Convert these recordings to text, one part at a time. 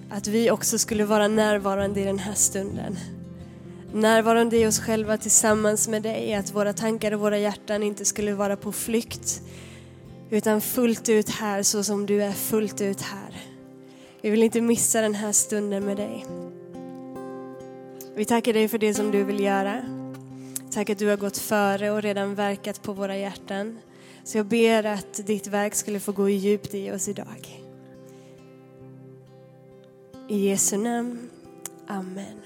att vi också skulle vara närvarande i den här stunden. Närvarande i oss själva tillsammans med dig. Att våra tankar och våra hjärtan inte skulle vara på flykt. Utan fullt ut här så som du är fullt ut här. Vi vill inte missa den här stunden med dig. Vi tackar dig för det som du vill göra. Tack att du har gått före och redan verkat på våra hjärtan. Så jag ber att ditt verk skulle få gå djupt i oss idag. I Jesu namn. Amen.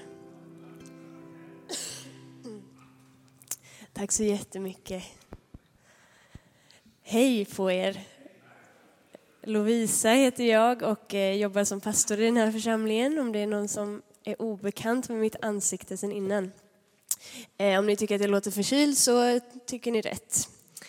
Tack så jättemycket. Hej på er. Lovisa heter jag och jobbar som pastor i den här församlingen. Om det är någon som är obekant med mitt ansikte sedan innan. Om ni tycker att jag låter förkyld så tycker ni rätt.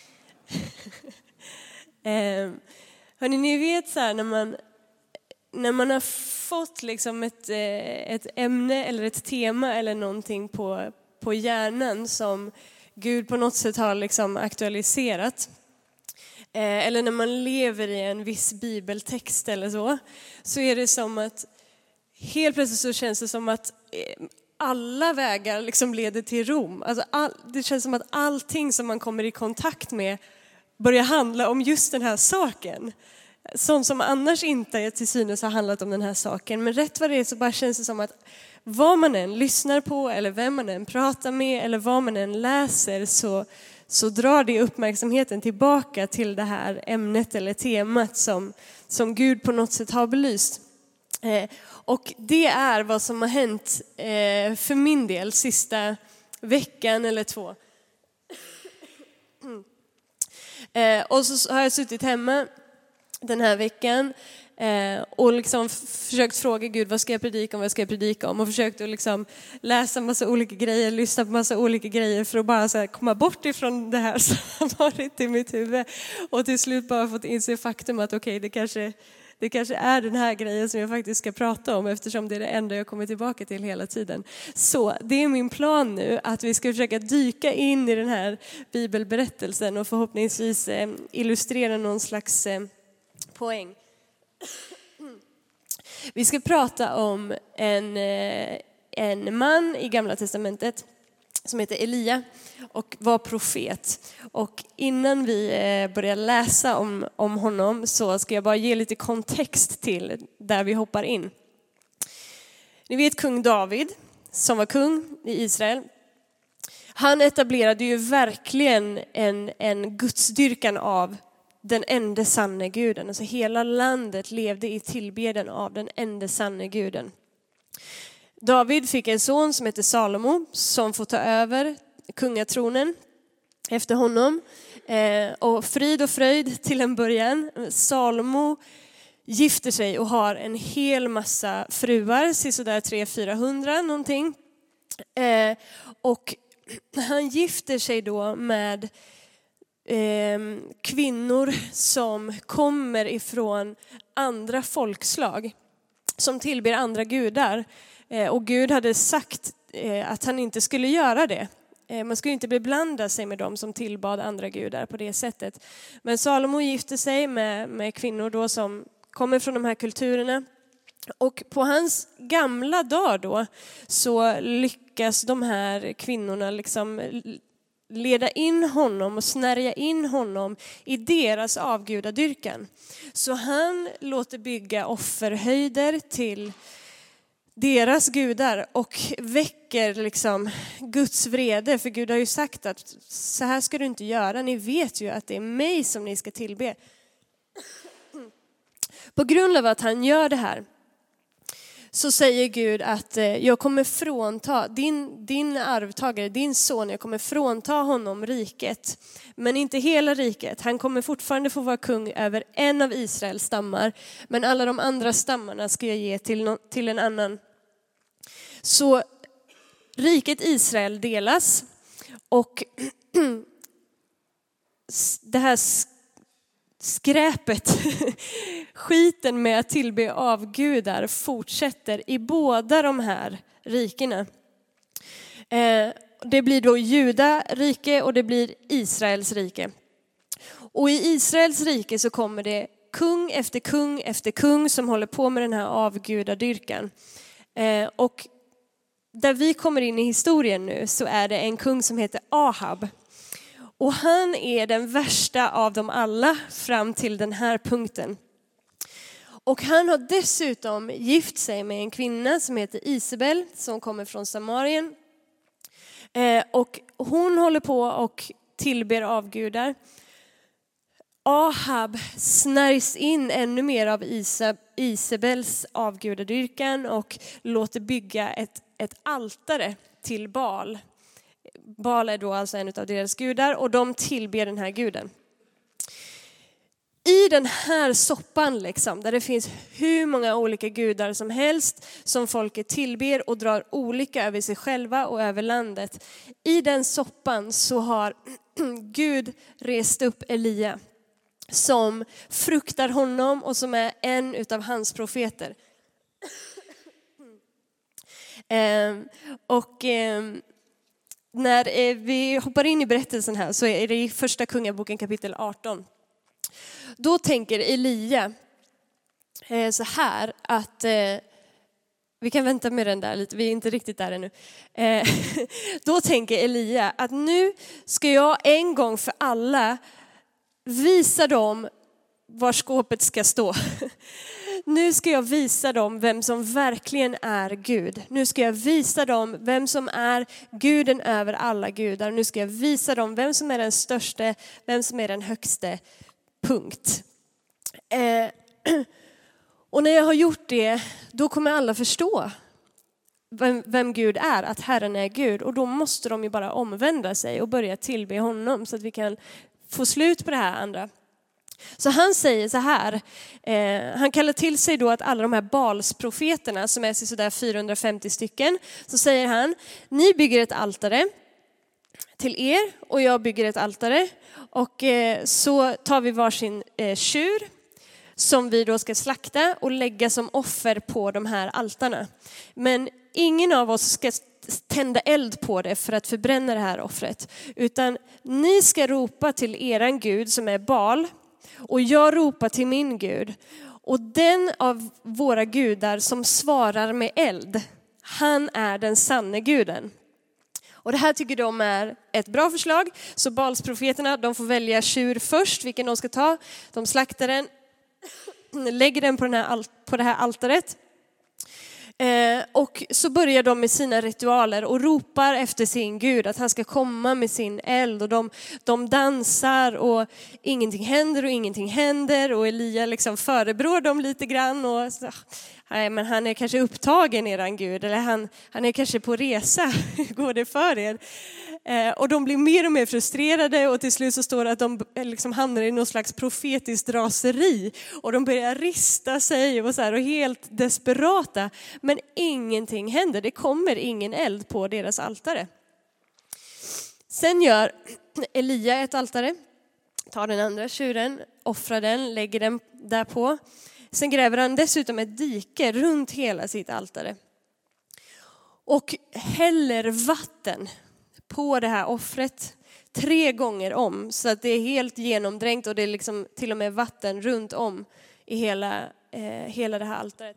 Hörrni, ni vet så här när man har fått liksom ett ämne eller ett tema eller någonting på hjärnan som Gud på något sätt har liksom aktualiserat. Eller när man lever i en viss bibeltext eller så är det som att helt plötsligt så känns det som att alla vägar liksom leder till Rom. Alltså det känns som att allting som man kommer i kontakt med börjar handla om just den här saken. Sånt som annars inte till synes har handlat om den här saken. Men rätt vad det är så bara känns det som att vad man än lyssnar på eller vem man än pratar med eller vad man än läser så drar det uppmärksamheten tillbaka till det här ämnet eller temat som Gud på något sätt har belyst. Och det är vad som har hänt för min del sista veckan eller 2. Och så har jag suttit hemma den här veckan och liksom försökt fråga Gud vad ska jag predika om och försökt att liksom läsa massa olika grejer, lyssna på massa olika grejer för att bara så här komma bort ifrån det här som har varit i mitt huvud och till slut bara fått inse faktum att okej, det kanske är den här grejen som jag faktiskt ska prata om eftersom det är det enda jag kommer tillbaka till hela tiden. Så det är min plan nu att vi ska försöka dyka in i den här bibelberättelsen och förhoppningsvis illustrera någon slags poäng. Vi ska prata om en man i Gamla testamentet som heter Elia och var profet. Och innan vi börjar läsa om honom så ska jag bara ge lite kontext till där vi hoppar in. Ni vet kung David som var kung i Israel. Han etablerade ju verkligen en gudsdyrkan av den enda sanne guden. Alltså hela landet levde i tillbedjan av den enda sanne guden. David fick en son som heter Salomo som får ta över kungatronen efter honom. Och frid och fröjd till en början. Salomo gifter sig och har en hel massa fruar, sådär 300-400 någonting. Och han gifter sig då med kvinnor som kommer ifrån andra folkslag som tillber andra gudar. Och Gud hade sagt att han inte skulle göra det. Man skulle inte beblanda sig med dem som tillbad andra gudar på det sättet. Men Salomo gifte sig med kvinnor då som kommer från de här kulturerna. Och på hans gamla dag då så lyckas de här kvinnorna liksom leda in honom och snärja in honom i deras avgudadyrkan. Så han låter bygga offerhöjder till deras gudar och väcker liksom Guds vrede. För Gud har ju sagt att så här ska du inte göra. Ni vet ju att det är mig som ni ska tillbe. På grund av att han gör det här så säger Gud att jag kommer frånta din arvtagare, din son, jag kommer frånta honom riket. Men inte hela riket. Han kommer fortfarande få vara kung över en av Israels stammar. Men alla de andra stammarna ska jag ge till en annan. Så riket Israel delas och det här skräpet, skiten med att tillbe avgudar fortsätter i båda de här rikena. Det blir då Juda rike och det blir Israels rike. Och i Israels rike så kommer det kung efter kung efter kung som håller på med den här avgudadyrkan. Och där vi kommer in i historien nu så är det en kung som heter Ahab. Och han är den värsta av dem alla fram till den här punkten. Och han har dessutom gift sig med en kvinna som heter Isabel som kommer från Samarien. Och hon håller på och tillber avgudar. Ahab snärjs in ännu mer av Isabels avgudadyrkan och låter bygga ett altare till Baal. Baal är då alltså en av deras gudar och de tillber den här guden. I den här soppan liksom, där det finns hur många olika gudar som helst som folket tillber och drar olika över sig själva och över landet. I den soppan så har Gud rest upp Elia som fruktar honom och som är en utav hans profeter. När vi hoppar in i berättelsen här så är det i första kungaboken kapitel 18. Då tänker Elia så här att, vi kan vänta med den där lite, vi är inte riktigt där ännu. Då tänker Elia att nu ska jag en gång för alla visa dem var skåpet ska stå. Nu ska jag visa dem vem som verkligen är Gud. Nu ska jag visa dem vem som är guden över alla gudar. Nu ska jag visa dem vem som är den största, vem som är den högste. Punkt. Och när jag har gjort det, då kommer alla förstå vem Gud är, att Herren är Gud. Och då måste de ju bara omvända sig och börja tillbe honom så att vi kan få slut på det här andra. Så han säger så här, han kallar till sig då att alla de här Baalsprofeterna som är sådär 450 stycken, så säger han, ni bygger ett altare till er och jag bygger ett altare och så tar vi varsin tjur som vi då ska slakta och lägga som offer på de här altarna. Men ingen av oss ska tända eld på det för att förbränna det här offret, utan ni ska ropa till eran Gud som är Baal och jag ropar till min Gud. Och den av våra gudar som svarar med eld, han är den sanne guden. Och det här tycker de är ett bra förslag. Så Baalsprofeterna, de får välja tjur först, vilken de ska ta. De slaktar den, lägger den på det här altaret. Och så börjar de med sina ritualer och ropar efter sin Gud att han ska komma med sin eld. Och de dansar och ingenting händer. Och Elia liksom förebrår dem lite grann. Och så, nej, men han är kanske upptagen eran Gud. Eller han är kanske på resa. Går det för er? Och de blir mer och mer frustrerade och till slut så står det att de liksom hamnar i någon slags profetiskt raseri. Och de börjar rista sig och, så här, och helt desperata. Men ingenting händer, det kommer ingen eld på deras altare. Sen gör Elia ett altare, tar den andra tjuren, offrar den, lägger den därpå. Sen gräver han dessutom ett dike runt hela sitt altare. Och häller vatten på det här offret 3 gånger om. Så att det är helt genomdränkt och det är liksom till och med vatten runt om i hela det här altaret.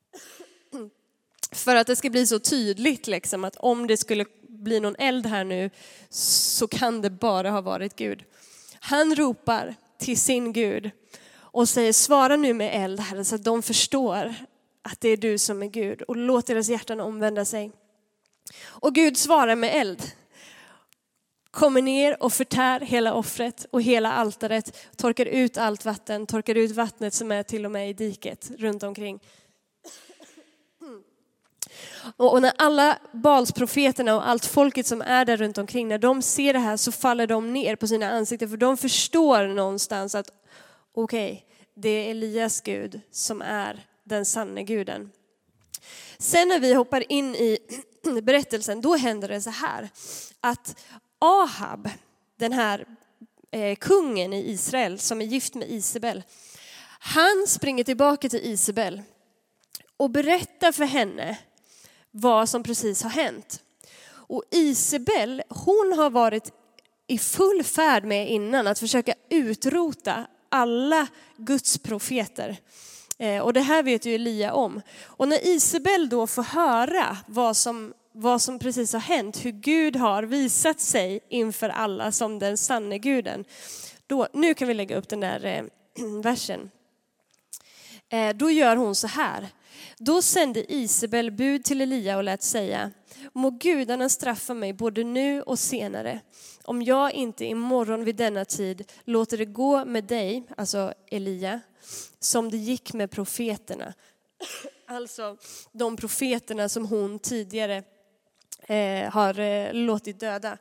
För att det ska bli så tydligt liksom, att om det skulle bli någon eld här nu så kan det bara ha varit Gud. Han ropar till sin Gud och säger svara nu med eld här så att de förstår att det är du som är Gud och låt deras hjärtan omvända sig. Och Gud svarar med eld. Kommer ner och förtär hela offret och hela altaret, torkar ut allt vatten, torkar ut vattnet som är till och med i diket runt omkring. Och när alla Baalsprofeterna och allt folket som är där runt omkring, när de ser det här så faller de ner på sina ansikten, för de förstår någonstans att okej, det är Elias Gud som är den sanna guden. Sen när vi hoppar in i berättelsen, då händer det så här att Ahab, den här kungen i Israel som är gift med Isabel, han springer tillbaka till Isabel och berättar för henne vad som precis har hänt. Och Isabel, hon har varit i full färd med innan att försöka utrota alla Guds profeter. Och det här vet ju Elia om. Och när Isabel då får höra vad som precis har hänt, hur Gud har visat sig inför alla som den sanne guden. Nu kan vi lägga upp den där versen. Då gör hon så här. Då sände Isabel bud till Elia och lät säga: må gudarna straffa mig både nu och senare, om jag inte imorgon vid denna tid låter det gå med dig, alltså Elia, som det gick med profeterna. Alltså de profeterna som hon tidigare har låtit döda.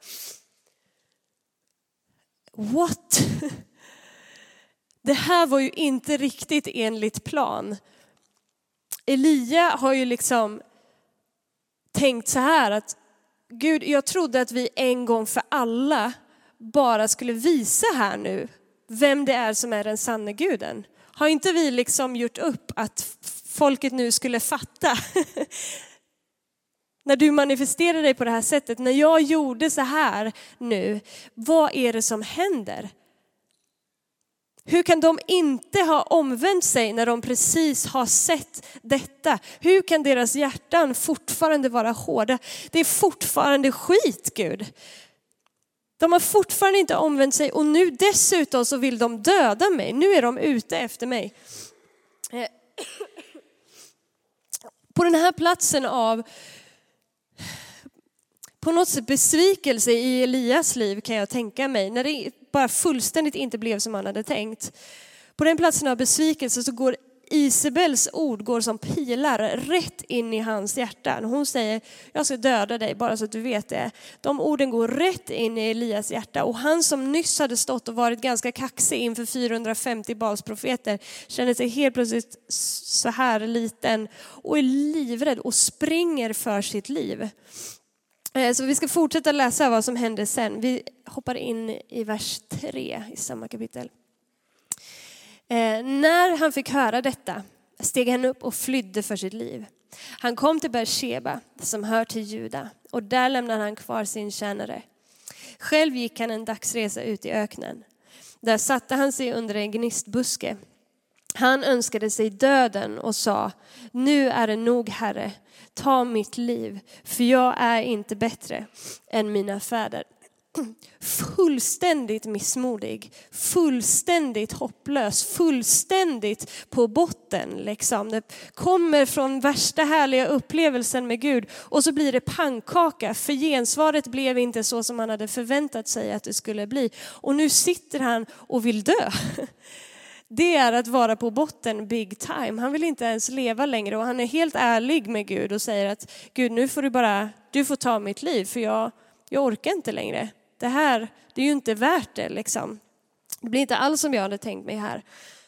What? Det här var ju inte riktigt enligt plan. Elia har ju liksom tänkt så här att Gud, jag trodde att vi en gång för alla bara skulle visa här nu vem det är som är den sanne guden. Har inte vi liksom gjort upp att folket nu skulle fatta? När du manifesterar dig på det här sättet, när jag gjorde så här nu, vad är det som händer? Hur kan de inte ha omvänt sig när de precis har sett detta? Hur kan deras hjärtan fortfarande vara hårda? Det är fortfarande skit, Gud. De har fortfarande inte omvänt sig och nu dessutom så vill de döda mig. Nu är de ute efter mig. På den här platsen av på något sätt besvikelse i Elias liv kan jag tänka mig. När det bara fullständigt inte blev som han hade tänkt. På den platsen av besvikelse så går Isabels ord går som pilar rätt in i hans hjärta. Hon säger, jag ska döda dig bara så att du vet det. De orden går rätt in i Elias hjärta. Och han som nyss hade stått och varit ganska kaxig inför 450 Baalsprofeter känner sig helt plötsligt så här liten och är livrädd och springer för sitt liv. Så vi ska fortsätta läsa vad som hände sen. Vi hoppar in i vers 3 i samma kapitel. När han fick höra detta steg han upp och flydde för sitt liv. Han kom till Beersheba som hör till Juda och där lämnade han kvar sin tjänare. Själv gick han en dagsresa ut i öknen. Där satte han sig under en gnistbuske. Han önskade sig döden och sa, nu är det nog, Herre, ta mitt liv, för jag är inte bättre än mina fäder. Fullständigt missmodig, fullständigt hopplös, fullständigt på botten. Liksom. Det kommer från värsta härliga upplevelsen med Gud och så blir det pannkaka, för gensvaret blev inte så som han hade förväntat sig att det skulle bli. Och nu sitter han och vill dö. Det är att vara på botten big time. Han vill inte ens leva längre och han är helt ärlig med Gud och säger att Gud, nu får du får ta mitt liv, för jag orkar inte längre. Det är ju inte värt det liksom. Det blir inte alls som jag hade tänkt mig här.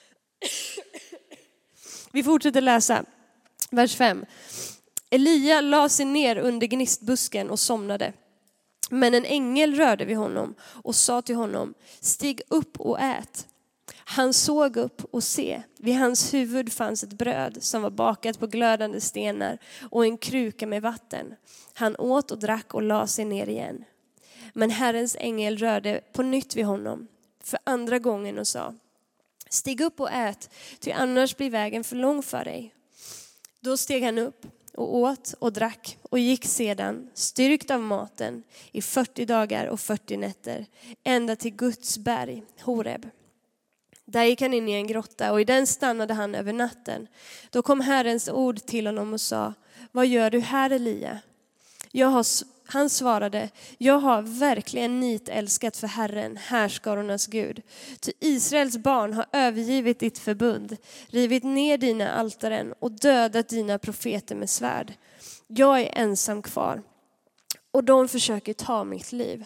Vi fortsätter läsa. Vers 5. Elia la sig ner under gnistbusken och somnade. Men en ängel rörde vid honom och sa till honom, stig upp och ät. Han såg upp och se, vid hans huvud fanns ett bröd som var bakat på glödande stenar och en kruka med vatten. Han åt och drack och la sig ner igen. Men Herrens ängel rörde på nytt vid honom för andra gången och sa, stig upp och ät, ty annars blir vägen för lång för dig. Då steg han upp och åt och drack och gick sedan, styrkt av maten, i 40 dagar och 40 nätter, ända till Guds berg, Horeb. Där gick han in i en grotta och i den stannade han över natten. Då kom Herrens ord till honom och sa, vad gör du här, Elia? Han svarade, jag har verkligen nitälskat för Herren, härskarornas Gud. Ty Israels barn har övergivit ditt förbund, rivit ner dina altaren och dödat dina profeter med svärd. Jag är ensam kvar och de försöker ta mitt liv.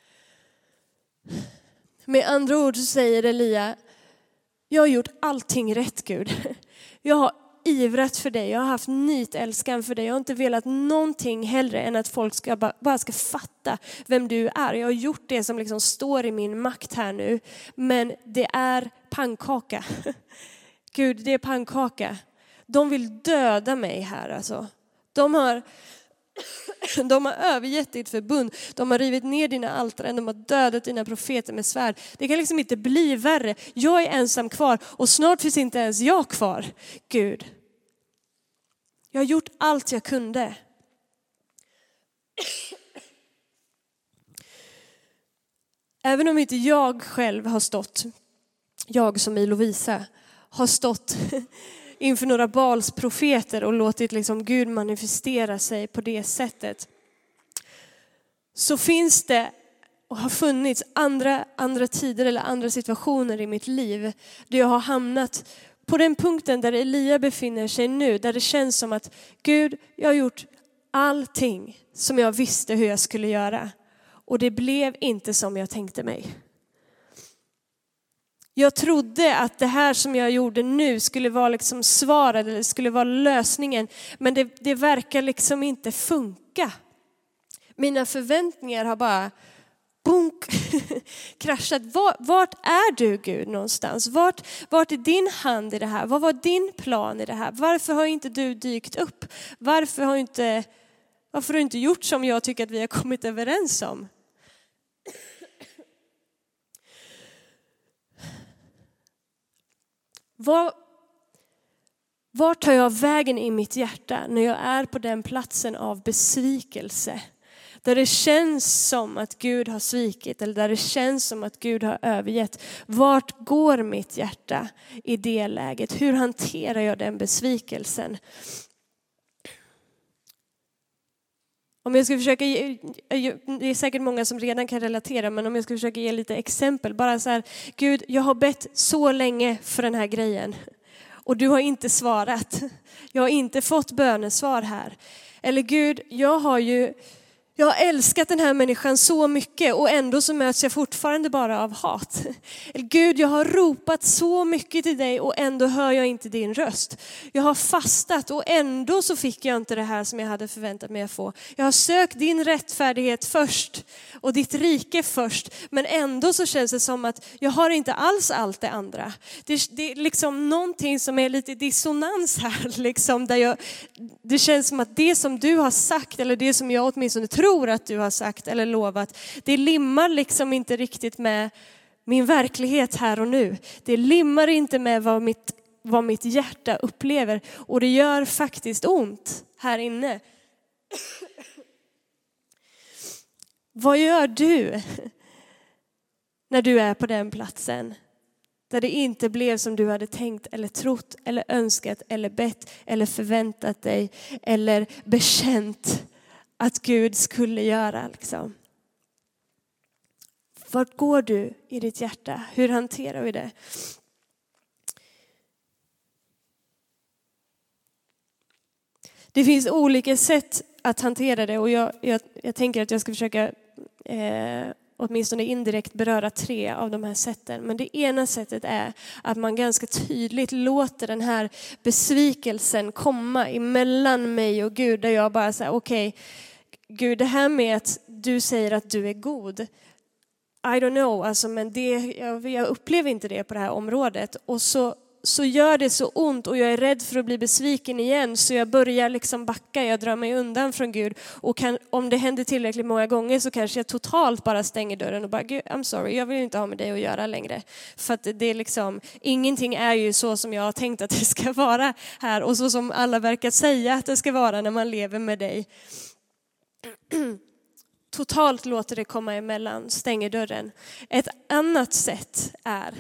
Med andra ord så säger Elia, jag har gjort allting rätt, Gud. Jag har ivrat för dig. Jag har haft nitälskan för dig. Jag har inte velat någonting hellre än att folk bara ska fatta vem du är. Jag har gjort det som liksom står i min makt här nu. Men det är pannkaka. Gud, det är pannkaka. De vill döda mig här alltså. De har De har övergett ditt förbund. De har rivit ner dina altaren. De har dödat dina profeter med svärd. Det kan liksom inte bli värre. Jag är ensam kvar och snart finns inte ens jag kvar. Gud, jag har gjort allt jag kunde. Även om inte jag själv har stått, jag som i Lovisa, har stått inför några Baalsprofeter och låtit liksom Gud manifestera sig på det sättet. Så finns det och har funnits andra tider eller andra situationer i mitt liv där jag har hamnat på den punkten där Elia befinner sig nu. Där det känns som att Gud, jag har gjort allting som jag visste hur jag skulle göra. Och det blev inte som jag tänkte mig. Jag trodde att det här som jag gjorde nu skulle vara liksom svaret eller skulle vara lösningen. Men det verkar liksom inte funka. Mina förväntningar har bara bunk, kraschat. Vart är du Gud någonstans? Vart är din hand i det här? Vad var din plan i det här? Varför har inte du dykt upp? Varför har du inte gjort som jag tycker att vi har kommit överens om? Var tar jag vägen i mitt hjärta när jag är på den platsen av besvikelse? Där det känns som att Gud har svikit eller där det känns som att Gud har övergett. Vart går mitt hjärta i det läget? Hur hanterar jag den besvikelsen? Om jag ska försöka det är säkert många som redan kan relatera, men om jag ska försöka ge lite exempel. Bara så här, Gud, jag har bett så länge för den här grejen. Och du har inte svarat. Jag har inte fått bönesvar här. Eller Gud, jag har älskat den här människan så mycket och ändå så möts jag fortfarande bara av hat. Eller Gud, jag har ropat så mycket till dig och ändå hör jag inte din röst. Jag har fastat och ändå så fick jag inte det här som jag hade förväntat mig att få. Jag har sökt din rättfärdighet först och ditt rike först. Men ändå så känns det som att jag har inte alls allt det andra. Det är liksom någonting som är lite dissonans här. Liksom, det känns som att det som du har sagt eller det som jag åtminstone tror att du har sagt eller lovat, det limmar liksom inte riktigt med min verklighet här och nu. Det limmar inte med vad mitt hjärta upplever och det gör faktiskt ont här inne. Vad gör du när du är på den platsen där det inte blev som du hade tänkt eller trott eller önskat eller bett eller förväntat dig eller bekänt att Gud skulle göra liksom? Vart går du i ditt hjärta? Hur hanterar vi det? Det finns olika sätt att hantera det och jag tänker att jag ska försöka åtminstone indirekt beröra 3 av de här sätten. Men det ena sättet är att man ganska tydligt låter den här besvikelsen komma emellan mig och Gud. Där jag bara säger okej, Gud, det här med att du säger att du är god. I don't know, alltså, men jag upplever inte det på det här området. Och så gör det så ont och jag är rädd för att bli besviken igen. Så jag börjar liksom backa, jag drar mig undan från Gud. Och om det händer tillräckligt många gånger så kanske jag totalt bara stänger dörren och bara, Gud, I'm sorry, jag vill inte ha med dig att göra längre. För att det är liksom, ingenting är ju så som jag har tänkt att det ska vara här. Och så som alla verkar säga att det ska vara när man lever med dig. Totalt låter det komma emellan, stänger dörren. Ett annat sätt är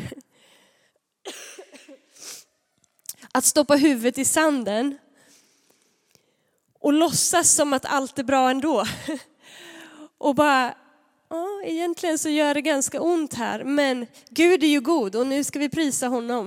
att stoppa huvudet i sanden och låtsas som att allt är bra ändå. Och bara, egentligen så gör det ganska ont här, men Gud är ju god och nu ska vi prisa honom.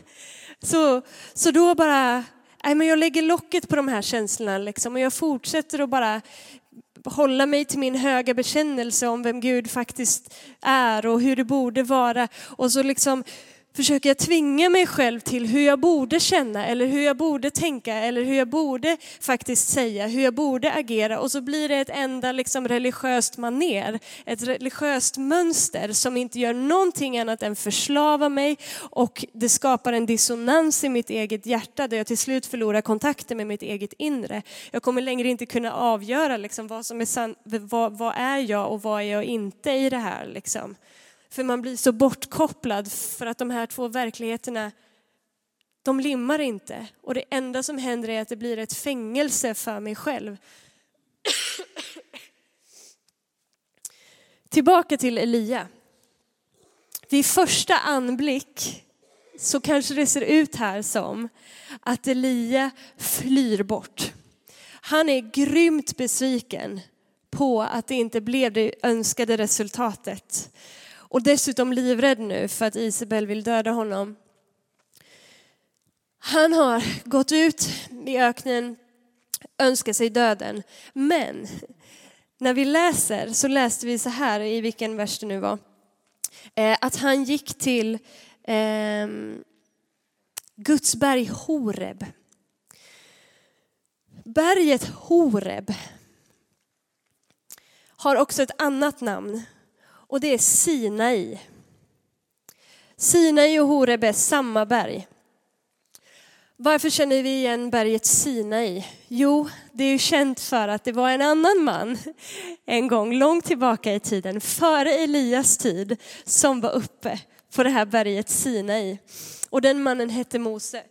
Så då bara, men jag lägger locket på de här känslorna liksom, och jag fortsätter att bara hålla mig till min höga bekännelse om vem Gud faktiskt är och hur det borde vara. Och så liksom försöker jag tvinga mig själv till hur jag borde känna eller hur jag borde tänka eller hur jag borde faktiskt säga, hur jag borde agera. Och så blir det ett enda religiöst maner, ett religiöst mönster som inte gör någonting annat än förslava mig, och det skapar en dissonans i mitt eget hjärta där jag till slut förlorar kontakten med mitt eget inre. Jag kommer längre inte kunna avgöra vad som är vad är jag och vad är jag inte i det här . För man blir så bortkopplad för att de här två verkligheterna, de limmar inte. Och det enda som händer är att det blir ett fängelse för mig själv. Tillbaka till Elia. Vid första anblick så kanske det ser ut här som att Elia flyr bort. Han är grymt besviken på att det inte blev det önskade resultatet. Och dessutom livrädd nu för att Isabel vill döda honom. Han har gått ut i öknen, önskar sig döden. Men när vi läser så läste vi så här, i vilken vers det nu var. Att han gick till Guds berg Horeb. Berget Horeb har också ett annat namn. Och det är Sinai. Sinai och Horeb är samma berg. Varför känner vi igen berget Sinai? Jo, det är ju känt för att det var en annan man en gång långt tillbaka i tiden, före Elias tid, som var uppe på det här berget Sinai. Och den mannen hette Mose.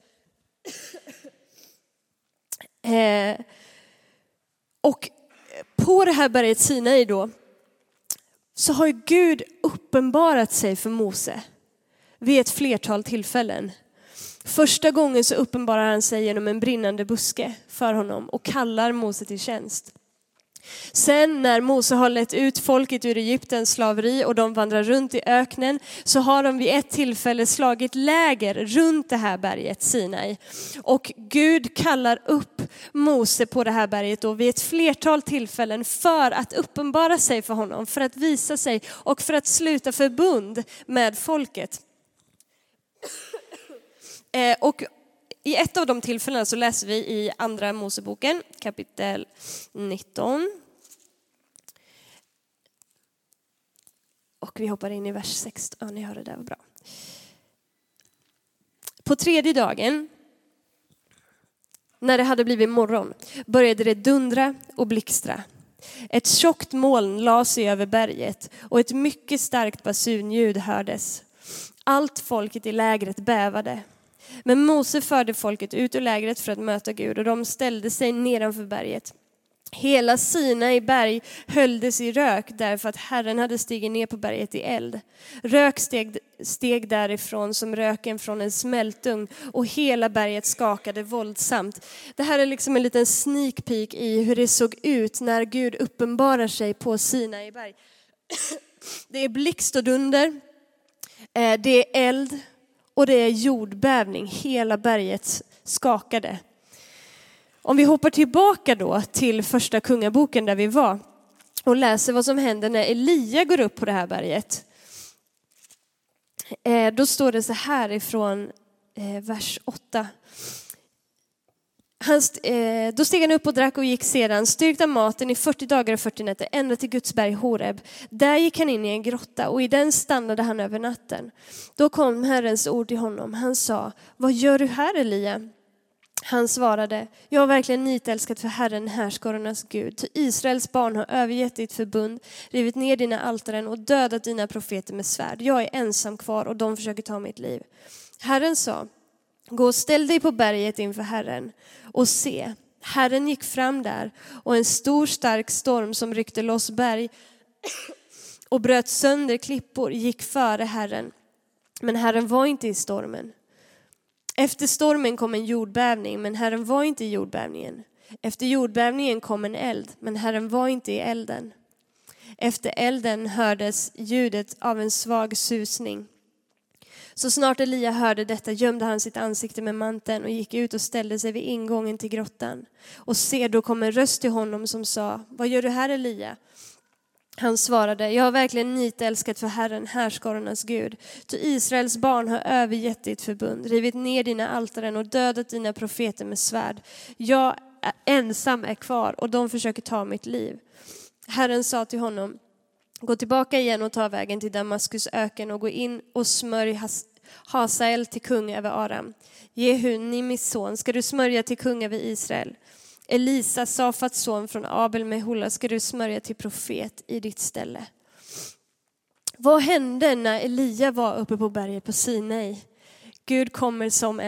Och på det här berget Sinai då, så har Gud uppenbarat sig för Mose vid ett flertal tillfällen. Första gången så uppenbarar han sig genom en brinnande buske för honom och kallar Mose till tjänst. Sen när Mose har lett ut folket ur Egyptens slaveri och de vandrar runt i öknen, så har de vid ett tillfälle slagit läger runt det här berget Sinai. Och Gud kallar upp Mose på det här berget då vid ett flertal tillfällen för att uppenbara sig för honom, för att visa sig och för att sluta förbund med folket. Och i ett av de tillfällena så läser vi i andra Moseboken kapitel 19. Och vi hoppar in i vers 16. Ja, ni hör det där, var bra. På tredje dagen, när det hade blivit morgon, började det dundra och blixtra. Ett tjockt moln la sig över berget och ett mycket starkt basunljud hördes. Allt folket i lägret bävade. Men Mose förde folket ut ur lägret för att möta Gud, och de ställde sig nedanför berget. Hela Sinai berg höljdes i rök därför att Herren hade stigit ner på berget i eld. Rök steg därifrån som röken från en smältugn, och hela berget skakade våldsamt. Det här är liksom en liten sneak peek i hur det såg ut när Gud uppenbarar sig på Sinai berg. Det är blixt och dunder, det är eld och det är jordbävning. Hela berget skakade. Om vi hoppar tillbaka då till första kungaboken där vi var och läser vad som händer när Elia går upp på det här berget. Då står det så här ifrån vers 8. Då steg han upp och drack och gick sedan, styrkt av maten i 40 dagar och 40 nätter, ända till Guds berg Horeb. Där gick han in i en grotta och i den stannade han över natten. Då kom Herrens ord till honom. Han sa: vad gör du här, Elia? Han svarade: jag har verkligen nitälskat för Herren, härskarornas Gud. Ty Israels barn har övergett ditt förbund, rivit ner dina altaren och dödat dina profeter med svärd. Jag är ensam kvar och de försöker ta mitt liv. Herren sa: gå och ställ dig på berget inför Herren. Och se, Herren gick fram där, och en stor stark storm som ryckte loss berg och bröt sönder klippor gick före Herren. Men Herren var inte i stormen. Efter stormen kom en jordbävning, men Herren var inte i jordbävningen. Efter jordbävningen kom en eld, men Herren var inte i elden. Efter elden hördes ljudet av en svag susning. Så snart Elia hörde detta gömde han sitt ansikte med manteln och gick ut och ställde sig vid ingången till grottan. Och se, då kom en röst till honom som sa: vad gör du här, Elia? Han svarade, jag har verkligen nitälskat för Herren, härskarornas Gud. Ty Israels barn har övergett ditt förbund, rivit ner dina altaren och dödat dina profeter med svärd. Jag ensam är kvar och de försöker ta mitt liv. Herren sa till honom, gå tillbaka igen och ta vägen till Damaskus öken och gå in och smörj Hasael till kung över Aram. Jehu, Nimis son, ska du smörja till kung över Israel. Elisa, Safats son från Abel Mehola, ska du smörja till profet i ditt ställe. Vad hände när Elia var uppe på berget på Sinai? Gud kommer som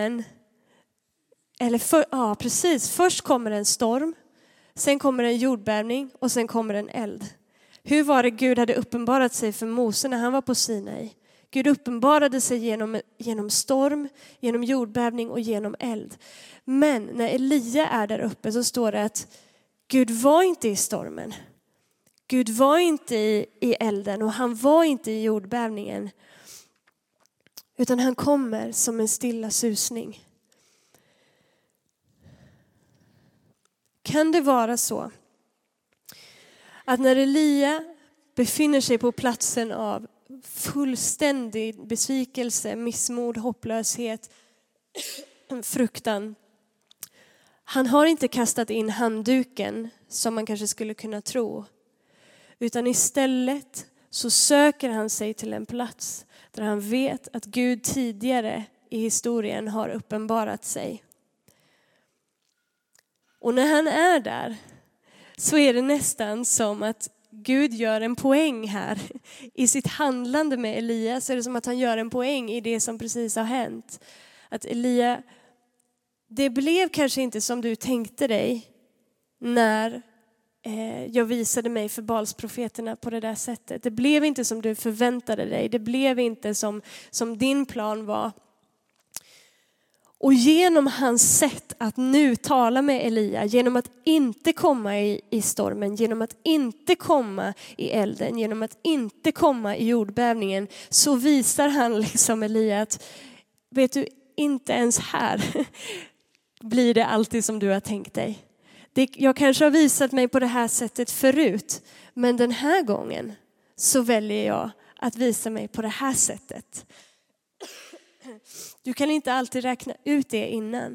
först kommer en storm, sen kommer en jordbävning och sen kommer en eld. Hur var det Gud hade uppenbarat sig för Mose när han var på Sinai? Gud uppenbarade sig genom storm, genom jordbävning och genom eld. Men när Elia är där uppe så står det att Gud var inte i stormen. Gud var inte i elden och han var inte i jordbävningen. Utan han kommer som en stilla susning. Kan det vara så att när Elia befinner sig på platsen av fullständig besvikelse, missmod, hopplöshet, fruktan. Han har inte kastat in handduken som man kanske skulle kunna tro. Utan istället så söker han sig till en plats där han vet att Gud tidigare i historien har uppenbarat sig. Och när han är där så är det nästan som att Gud gör en poäng här. I sitt handlande med Elia så är det som att han gör en poäng i det som precis har hänt. Att Elia, det blev kanske inte som du tänkte dig när jag visade mig för Baalsprofeterna på det där sättet. Det blev inte som du förväntade dig. Det blev inte som din plan var. Och genom hans sätt att nu tala med Elia, genom att inte komma i stormen, genom att inte komma i elden, genom att inte komma i jordbävningen, så visar han liksom Elia att, vet du, inte ens här blir det alltid som du har tänkt dig. Jag kanske har visat mig på det här sättet förut, men den här gången så väljer jag att visa mig på det här sättet. Du kan inte alltid räkna ut det innan.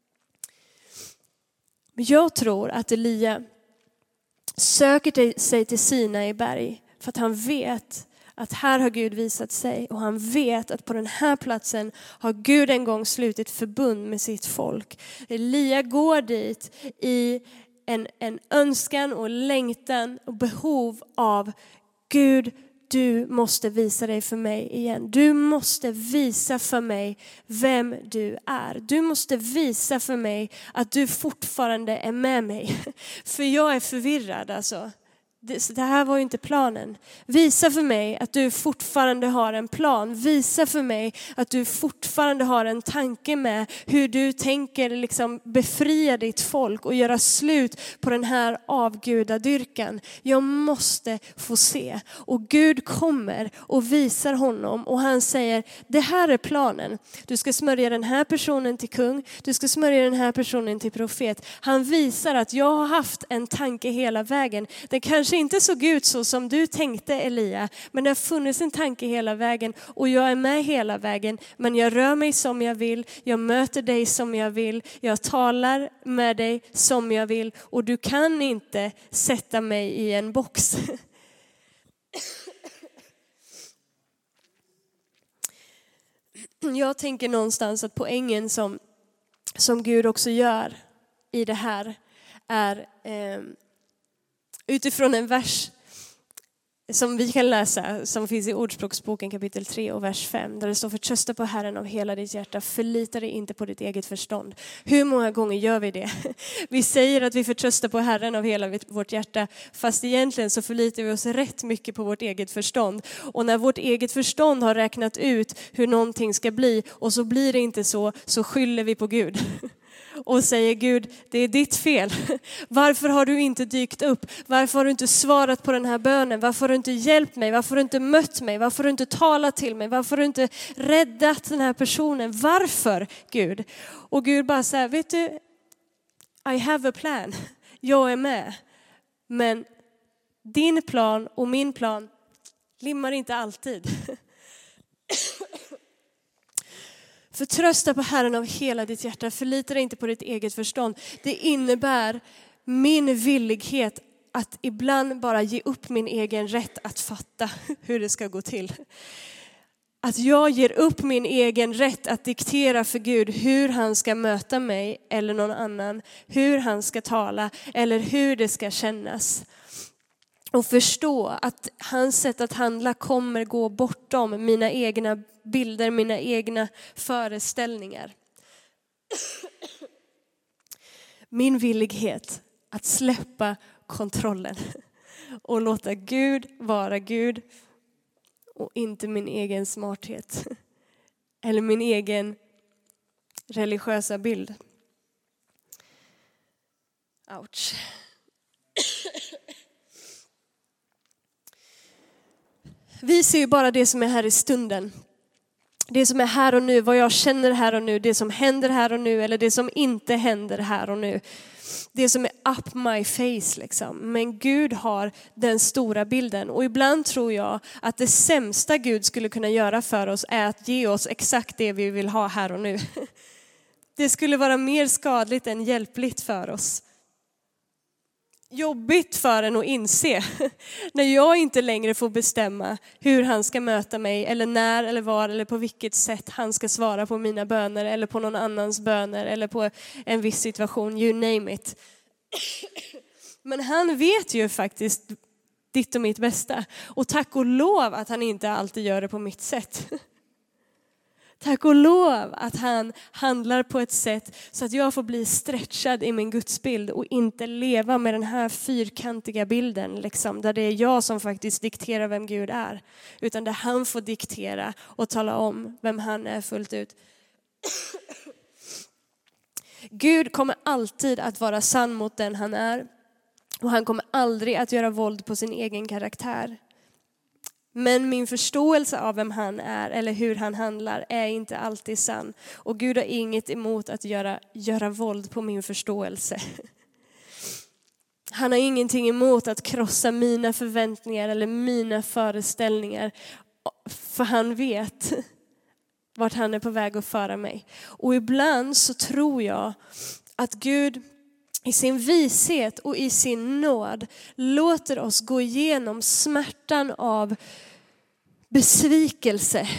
Men jag tror att Elia söker sig till Sinai berg för att han vet att här har Gud visat sig. Och han vet att på den här platsen har Gud en gång slutit förbund med sitt folk. Elia går dit i en önskan och längtan och behov av Gud. Du måste visa dig för mig igen. Du måste visa för mig vem du är. Du måste visa för mig att du fortfarande är med mig. För jag är förvirrad alltså. Det här var ju inte planen. Visa för mig att du fortfarande har en plan. Visa för mig att du fortfarande har en tanke med hur du tänker liksom befria ditt folk och göra slut på den här avgudadyrkan. Jag måste få se. Och Gud kommer och visar honom och han säger, det här är planen. Du ska smörja den här personen till kung. Du ska smörja den här personen till profet. Han visar att jag har haft en tanke hela vägen. Den kanske inte såg ut så som du tänkte, Elia, men det har funnits en tanke hela vägen och jag är med hela vägen, men jag rör mig som jag vill, jag möter dig som jag vill, jag talar med dig som jag vill och du kan inte sätta mig i en box. Jag tänker någonstans att poängen som Gud också gör i det här är utifrån en vers som vi kan läsa, som finns i Ordspråksboken kapitel 3 och vers 5, där det står: förtrösta på Herren av hela ditt hjärta, förlita dig inte på ditt eget förstånd. Hur många gånger gör vi det? Vi säger att vi förtröstar på Herren av hela vårt hjärta, fast egentligen så förlitar vi oss rätt mycket på vårt eget förstånd. Och när vårt eget förstånd har räknat ut hur någonting ska bli och så blir det inte så skyller vi på Gud. Och säger, Gud, det är ditt fel. Varför har du inte dykt upp? Varför har du inte svarat på den här bönen? Varför har du inte hjälpt mig? Varför har du inte mött mig? Varför har du inte talat till mig? Varför har du inte räddat den här personen? Varför, Gud? Och Gud bara säger, vet du, I have a plan. Jag är med. Men din plan och min plan limmar inte alltid. Förtrösta på Herren av hela ditt hjärta. Förlita dig inte på ditt eget förstånd. Det innebär min villighet att ibland bara ge upp min egen rätt att fatta hur det ska gå till. Att jag ger upp min egen rätt att diktera för Gud hur han ska möta mig eller någon annan. Hur han ska tala eller hur det ska kännas. Och förstå att hans sätt att handla kommer gå bortom mina egna bilder, mina egna föreställningar. Min villighet att släppa kontrollen och låta Gud vara Gud och inte min egen smarthet eller min egen religiösa bild. Ouch. Vi ser ju bara det som är här i stunden. Det som är här och nu, vad jag känner här och nu, det som händer här och nu eller det som inte händer här och nu. Det som är up my face liksom. Men Gud har den stora bilden. Och ibland tror jag att det sämsta Gud skulle kunna göra för oss är att ge oss exakt det vi vill ha här och nu. Det skulle vara mer skadligt än hjälpligt för oss. Jobbigt för en att inse när jag inte längre får bestämma hur han ska möta mig eller när eller var eller på vilket sätt han ska svara på mina böner eller på någon annans böner eller på en viss situation, you name it. Men han vet ju faktiskt ditt och mitt bästa och tack och lov att han inte alltid gör det på mitt sätt. Tack och lov att han handlar på ett sätt så att jag får bli stretchad i min gudsbild och inte leva med den här fyrkantiga bilden liksom, där det är jag som faktiskt dikterar vem Gud är. Utan där han får diktera och tala om vem han är fullt ut. Gud kommer alltid att vara sann mot den han är. Och han kommer aldrig att göra våld på sin egen karaktär. Men min förståelse av vem han är eller hur han handlar är inte alltid sann. Och Gud har inget emot att göra våld på min förståelse. Han har ingenting emot att krossa mina förväntningar eller mina föreställningar. För han vet vart han är på väg att föra mig. Och ibland så tror jag att Gud i sin vishet och i sin nåd låter oss gå igenom smärtan av besvikelse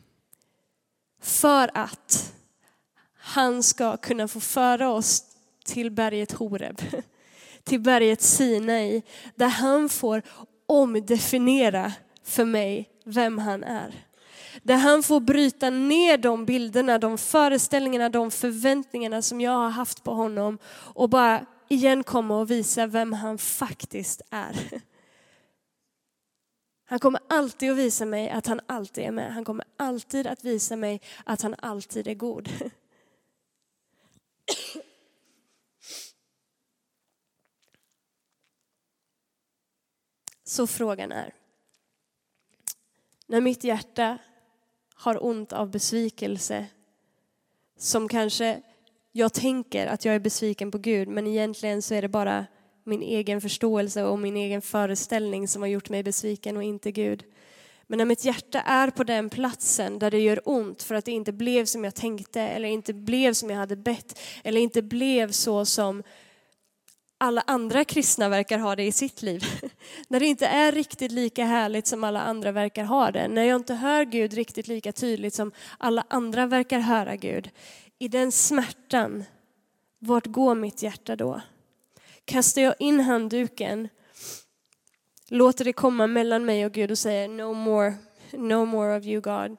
för att han ska kunna få föra oss till berget Horeb, till berget Sinai, där han får omdefiniera för mig vem han är. Där han får bryta ner de bilderna, de föreställningarna, de förväntningarna som jag har haft på honom och bara igen komma och visa vem han faktiskt är. Han kommer alltid att visa mig att han alltid är med. Han kommer alltid att visa mig att han alltid är god. Så frågan är, när mitt hjärta har ont av besvikelse, som kanske jag tänker att jag är besviken på Gud, men egentligen så är det bara min egen förståelse och min egen föreställning som har gjort mig besviken och inte Gud. Men när mitt hjärta är på den platsen där det gör ont för att det inte blev som jag tänkte eller inte blev som jag hade bett eller inte blev så som alla andra kristna verkar ha det i sitt liv. När det inte är riktigt lika härligt som alla andra verkar ha det. När jag inte hör Gud riktigt lika tydligt som alla andra verkar höra Gud. I den smärtan, vart går mitt hjärta då? Kastar jag in handduken, låter det komma mellan mig och Gud och säger no more of you God.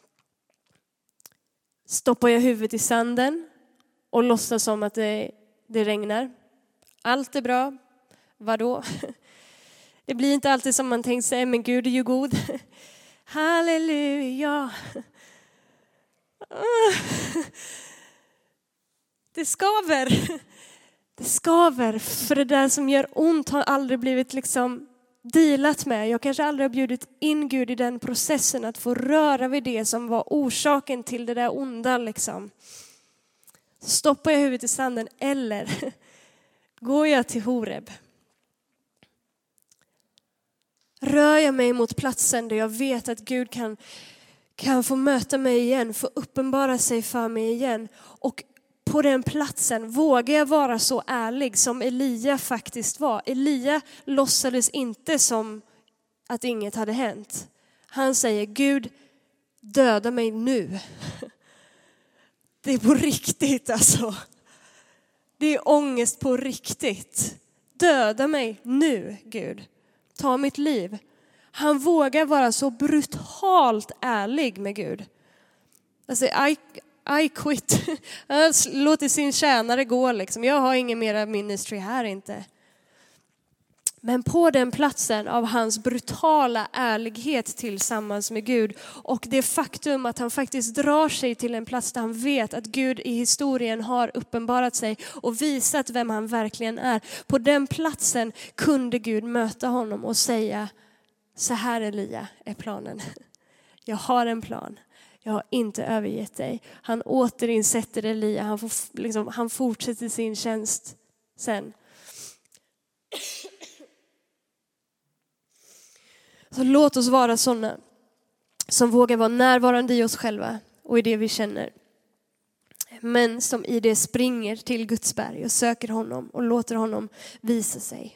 Stoppar jag huvudet i sanden och låtsas som att det regnar. Allt är bra. Vadå? Det blir inte alltid som man tänkt sig, men Gud är ju god. Halleluja. Det skaver. Det skaver, för det där som gör ont har aldrig blivit liksom dealat med. Jag kanske aldrig har bjudit in Gud i den processen att få röra vid det som var orsaken till det där onda liksom. Så stoppar jag huvudet i sanden eller går jag till Horeb Rör jag mig mot platsen där jag vet att Gud kan få möta mig igen, få uppenbara sig för mig igen. Och på den platsen vågar jag vara så ärlig som Elia faktiskt var. Elia låtsades inte som att inget hade hänt. Han säger, Gud, döda mig nu. Det är på riktigt alltså. Det är ångest på riktigt. Döda mig nu, Gud. Ta mitt liv. Han vågar vara så brutalt ärlig med Gud. Alltså, I quit. Han låter sin tjänare gå liksom. Jag har ingen mera ministry här inte. Men på den platsen av hans brutala ärlighet tillsammans med Gud och det faktum att han faktiskt drar sig till en plats där han vet att Gud i historien har uppenbarat sig och visat vem han verkligen är. På den platsen kunde Gud möta honom och säga, så här Elia är planen. Jag har en plan. Jag har inte övergett dig. Han återinsätter Elia. Han fortsätter sin tjänst sen. Så låt oss vara sådana som vågar vara närvarande i oss själva och i det vi känner. Men som i det springer till Guds berg och söker honom och låter honom visa sig.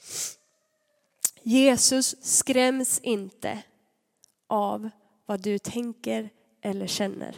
Jesus skräms inte av vad du tänker eller känner.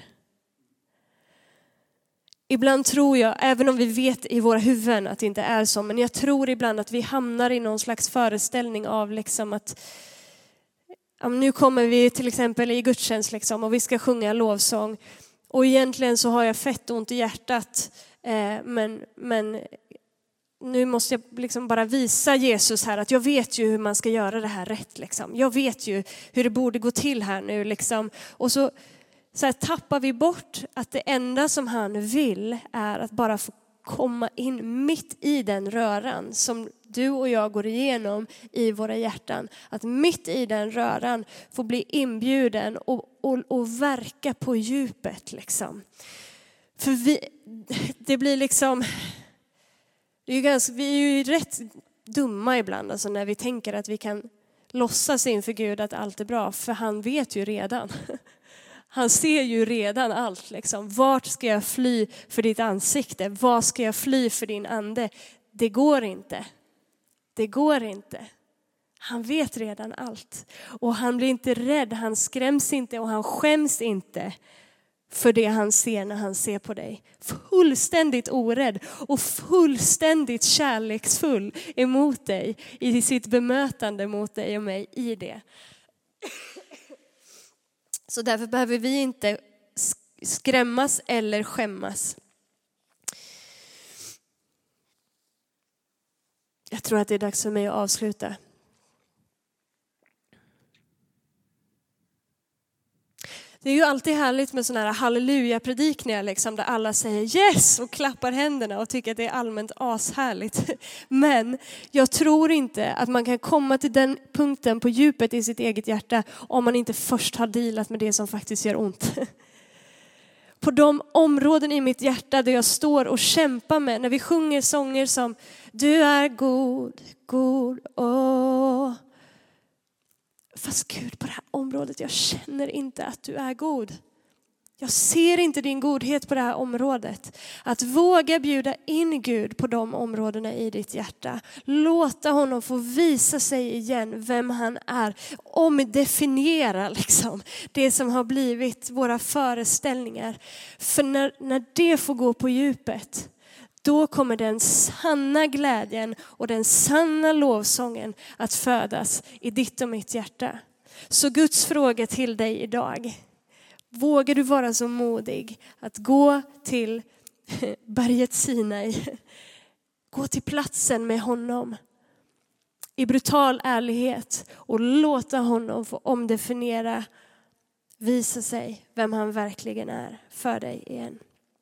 Ibland tror jag, även om vi vet i våra huvuden att det inte är så, men jag tror ibland att vi hamnar i någon slags föreställning av liksom att nu kommer vi till exempel i gudstjänst liksom, och vi ska sjunga lovsång. Och egentligen så har jag fett ont i hjärtat. Men nu måste jag liksom bara visa Jesus här att jag vet ju hur man ska göra det här rätt. Liksom. Jag vet ju hur det borde gå till här nu. Liksom. Och så här tappar vi bort att det enda som han vill är att bara få komma in mitt i den röran som du och jag går igenom i våra hjärtan. Att mitt i den röran få bli inbjuden och verka på djupet. Liksom. För det blir liksom, vi är ju rätt dumma ibland alltså, när vi tänker att vi kan låtsas inför Gud att allt är bra. För han vet ju redan. Han ser ju redan allt. Liksom. Vart ska jag fly för ditt ansikte? Var ska jag fly för din ande? Det går inte. Det går inte. Han vet redan allt. Och han blir inte rädd. Han skräms inte och han skäms inte för det han ser när han ser på dig. Fullständigt orädd och fullständigt kärleksfull emot dig i sitt bemötande mot dig och mig i det. Så därför behöver vi inte skrämmas eller skämmas. Jag tror att det är dags för mig att avsluta. Det är ju alltid härligt med sådana här halleluja-predikningar liksom, där alla säger yes och klappar händerna och tycker att det är allmänt ashärligt. Men jag tror inte att man kan komma till den punkten på djupet i sitt eget hjärta om man inte först har dealat med det som faktiskt gör ont. På de områden i mitt hjärta där jag står och kämpar med, när vi sjunger sånger som du är god, god, åh. Fast Gud, på det här området, jag känner inte att du är god. Jag ser inte din godhet på det här området. Att våga bjuda in Gud på de områdena i ditt hjärta. Låta honom få visa sig igen vem han är. Omdefiniera liksom det som har blivit våra föreställningar. För när det får gå på djupet, då kommer den sanna glädjen och den sanna lovsången att födas i ditt och mitt hjärta. Så Guds fråga till dig idag. Vågar du vara så modig att gå till berget Sinai? Gå till platsen med honom i brutal ärlighet och låta honom få omdefiniera, visa sig vem han verkligen är för dig igen.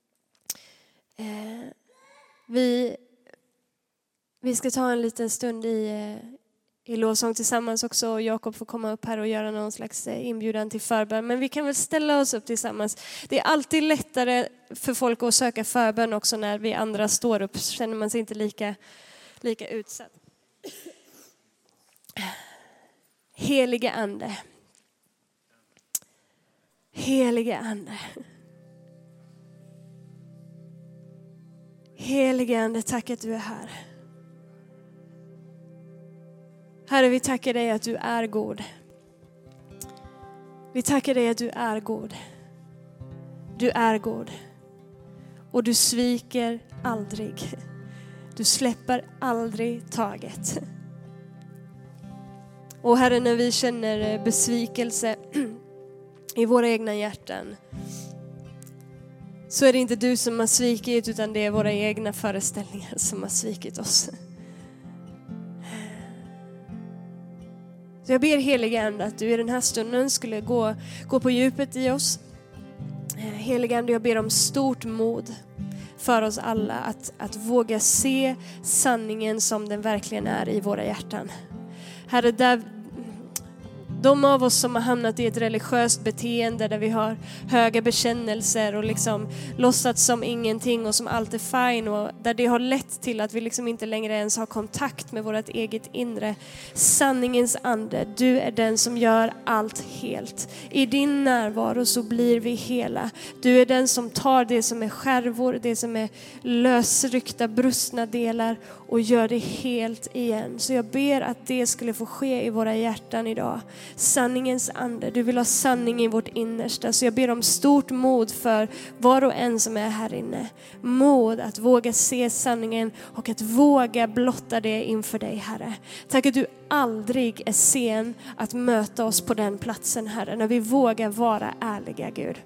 Vi ska ta en liten stund i lovsång tillsammans också. Och Jakob får komma upp här och göra någon slags inbjudan till förbön. Men vi kan väl ställa oss upp tillsammans. Det är alltid lättare för folk att söka förbön också när vi andra står upp. Känner man sig inte lika utsatt. Helige Ande. Helige Ande. Helige Ande, tack att du är här. Herre, vi tackar dig att du är god. Vi tackar dig att du är god. Du är god. Och du sviker aldrig. Du släpper aldrig taget. Och Herre, när vi känner besvikelse i våra egna hjärtan, så är det inte du som har svikit, utan det är våra egna föreställningar som har svikit oss. Så jag ber heliga Ande att du i den här stunden skulle gå på djupet i oss. Heliga Ande, jag ber om stort mod för oss alla att våga se sanningen som den verkligen är i våra hjärtan. Herre, där de av oss som har hamnat i ett religiöst beteende där vi har höga bekännelser och liksom låtsats som ingenting och som allt är fine, och där det har lett till att vi liksom inte längre ens har kontakt med vårt eget inre. Sanningens ande, du är den som gör allt helt. I din närvaro så blir vi hela. Du är den som tar det som är skärvor, det som är lösryckta, brustna delar och gör det helt igen. Så jag ber att det skulle få ske i våra hjärtan idag. Sanningens ande, du vill ha sanning i vårt innersta. Så jag ber om stort mod för var och en som är här inne. Mod att våga se sanningen och att våga blotta det inför dig, Herre. Tack att du aldrig är sen att möta oss på den platsen, Herre, när vi vågar vara ärliga, Gud.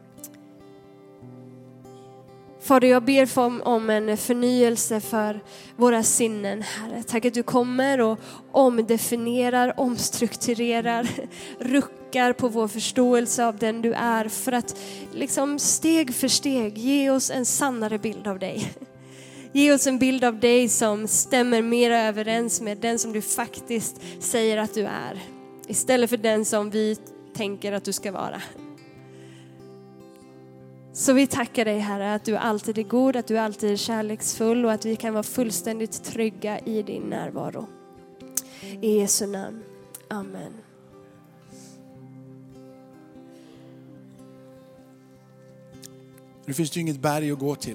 Fader, jag ber om en förnyelse för våra sinnen, Herre. Tack att du kommer och omdefinierar, omstrukturerar, ruckar på vår förståelse av den du är, för att liksom steg för steg ge oss en sannare bild av dig. Ge oss en bild av dig som stämmer mer överens med den som du faktiskt säger att du är, istället för den som vi tänker att du ska vara. Så vi tackar dig, Herre, att du alltid är god, att du alltid är kärleksfull och att vi kan vara fullständigt trygga i din närvaro. I Jesu namn. Amen. Nu finns det ju inget berg att gå till.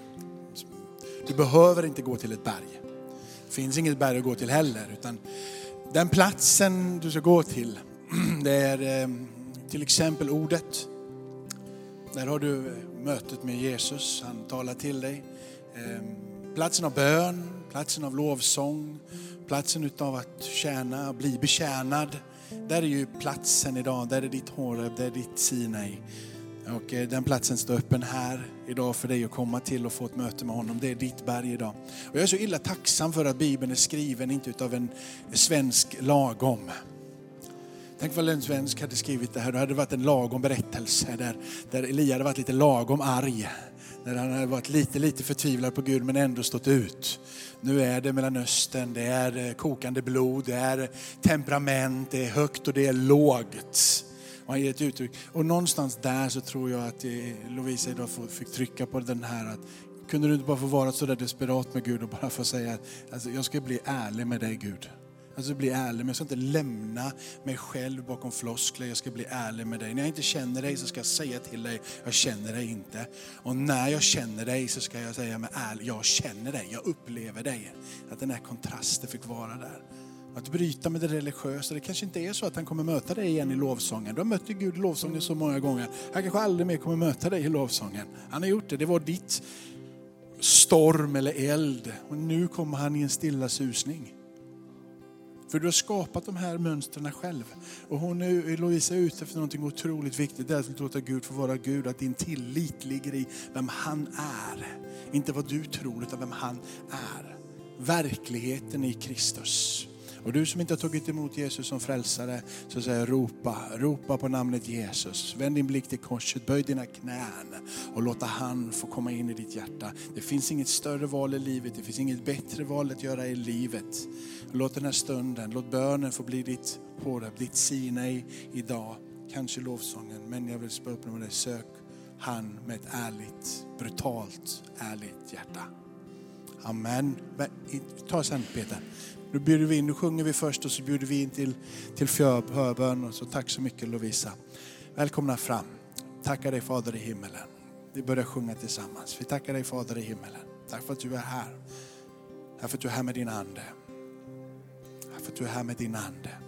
Du behöver inte gå till ett berg. Det finns inget berg att gå till heller, utan den platsen du ska gå till, det är till exempel ordet. Där har du mötet med Jesus, han talar till dig. Platsen av bön, platsen av lovsång, platsen utav att tjäna, bli betjänad. Där är ju platsen idag, där är ditt Horeb, där är ditt Sinai. Och den platsen står öppen här idag för dig att komma till och få ett möte med honom. Det är ditt berg idag. Och jag är så illa tacksam för att Bibeln är skriven inte utav en svensk lagom. Tänk vad en svensk hade skrivit det här. Då hade det varit en lagom berättelse där Elia hade varit lite lagom arg. När han hade varit lite förtvivlad på Gud men ändå stått ut. Nu är det Mellanöstern, det är kokande blod, det är temperament, det är högt och det är lågt. Och han ger ett uttryck. Och någonstans där så tror jag att Lovisa idag fick trycka på den här att kunde du inte bara få vara så där desperat med Gud och bara få säga att alltså, jag ska bli ärlig med dig, Gud. Alltså bli ärlig, men jag ska inte lämna mig själv bakom floskler. Jag ska bli ärlig med dig. När jag inte känner dig så ska jag säga till dig, jag känner dig inte. Och när jag känner dig så ska jag säga med ärlig, jag känner dig, jag upplever dig. Att den här kontrasten fick vara där. Att bryta med det religiösa. Det kanske inte är så att han kommer möta dig igen i lovsången. Du har mött Gud i lovsången så många gånger. Han kanske aldrig mer kommer möta dig i lovsången. Han har gjort det, det var ditt storm eller eld. Och nu kommer han i en stilla susning. För du har skapat de här mönstren själv. Och hon är Lovisa ute efter någonting otroligt viktigt. Det är att låta Gud få vara Gud. Att din tillit ligger i vem han är. Inte vad du tror utan vem han är. Verkligheten i Kristus. Och du som inte har tagit emot Jesus som frälsare, så säger ropa på namnet Jesus. Vänd din blick till korset, böj dina knän och låta han få komma in i ditt hjärta. Det finns inget större val i livet, det finns inget bättre val att göra i livet. Låt den här stunden, låt bönen få bli ditt Horeb, ditt Sinai idag. Kanske lovsången, men jag vill spå upp med det. Sök han med ett ärligt, brutalt, ärligt hjärta. Amen. Ta sen Peter. Nu bjuder vi in, nu sjunger vi först och så bjuder vi in till förbön. Och så tack så mycket Lovisa. Välkomna fram. Tackar dig Fader i himmelen. Vi börjar sjunga tillsammans. Vi tackar dig Fader i himmelen. Tack för att du är här. Tack för att du är här med din ande. Tack för att du är här med din ande.